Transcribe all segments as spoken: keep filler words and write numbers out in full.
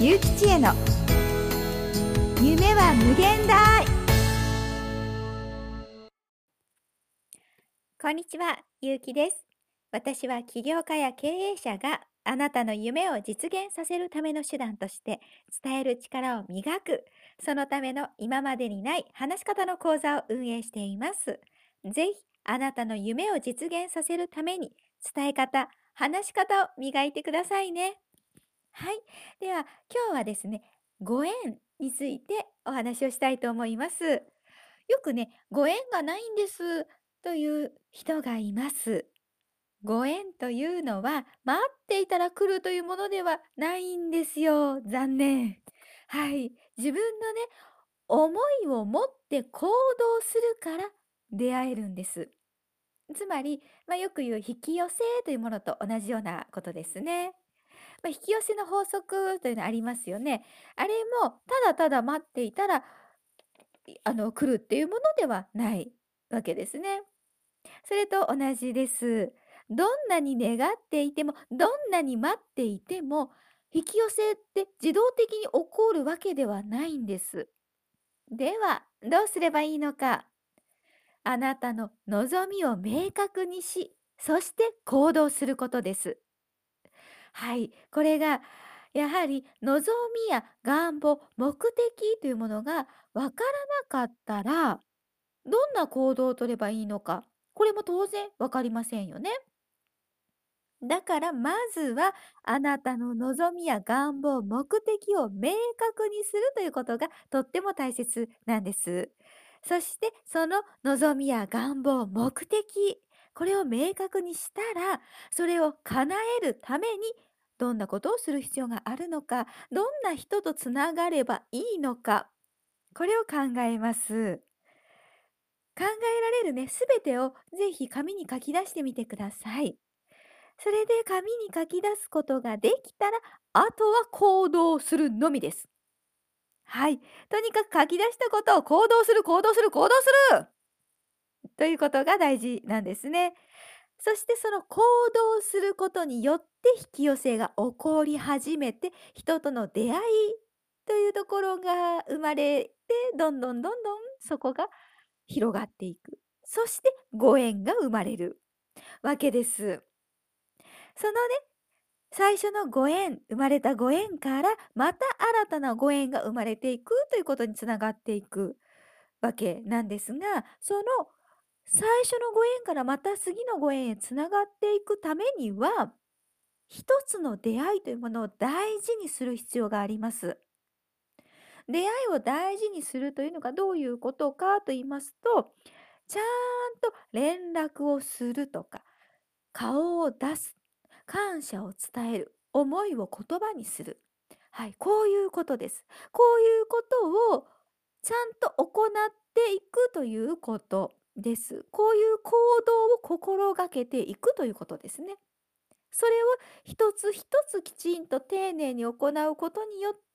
ゆうきちえの夢は無限大。こんにちは、ゆうきです。私は起業家や経営者があなたの夢を実現させるための手段として伝える力を磨く、そのための今までにない話し方の講座を運営しています。ぜひあなたの夢を実現させるために伝え方、話し方を磨いてくださいね。はい。では今日はですね、ご縁についてお話をしたいと思います。よくね、ご縁がないんですという人がいます。ご縁というのは待っていたら来るというものではないんですよ。残念。はい。自分のね、思いを持って行動するから出会えるんです。つまり、まあ、よく言う引き寄せというものと同じようなことですね。まあ、引き寄せの法則というのありますよね。あれもただただ待っていたらいあの来るっていうものではないわけですね。それと同じです。どんなに願っていても、どんなに待っていても、引き寄せって自動的に起こるわけではないんです。では、どうすればいいのか。あなたの望みを明確にし、そして行動することです。はい、これがやはり望みや願望、目的というものがわからなかったら、どんな行動を取ればいいのか、これも当然わかりませんよね。だからまずはあなたの望みや願望、目的を明確にするということがとっても大切なんです。そしてその望みや願望、目的、これを明確にしたら、それを叶えるためにどんなことをする必要があるのか、どんな人とつながればいいのか、これを考えます。考えられるね、すべてをぜひ紙に書き出してみてください。それで紙に書き出すことができたら、あとは行動するのみです。はい。とにかく書き出したことを行動する、行動する、行動するということが大事なんですね。そしてその行動することによって引き寄せが起こり始めて、人との出会いというところが生まれて、どんどんどんどんそこが広がっていく。そしてご縁が生まれるわけです。そのね、最初のご縁、生まれたご縁から、また新たなご縁が生まれていくということにつながっていくわけなんですが、その最初のご縁からまた次のご縁へつながっていくためには、一つの出会いというものを大事にする必要があります。出会いを大事にするというのがどういうことかと言いますと、ちゃんと連絡をするとか、顔を出す、感謝を伝える、思いを言葉にする。はい、こういうことです。こういうことをちゃんと行っていくということです。こういう行動を心がけていくということですね。それを一つ一つきちんと丁寧に行うことによって、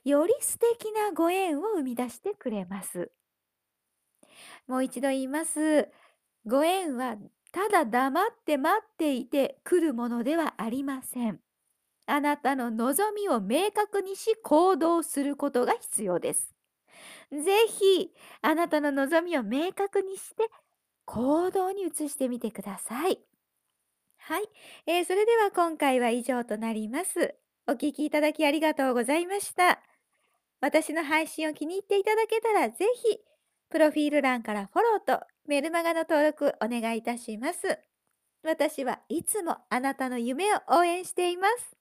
より素敵なご縁を生み出してくれます。もう一度言います。ご縁はただ黙って待っていて来るものではありません。あなたの望みを明確にし行動することが必要です。ぜひあなたの望みを明確にして行動に移してみてください。はい、えーそれでは今回は以上となります。お聞きいただきありがとうございました。私の配信を気に入っていただけたらぜひ、プロフィール欄からフォローとメルマガの登録お願いいたします。私はいつもあなたの夢を応援しています。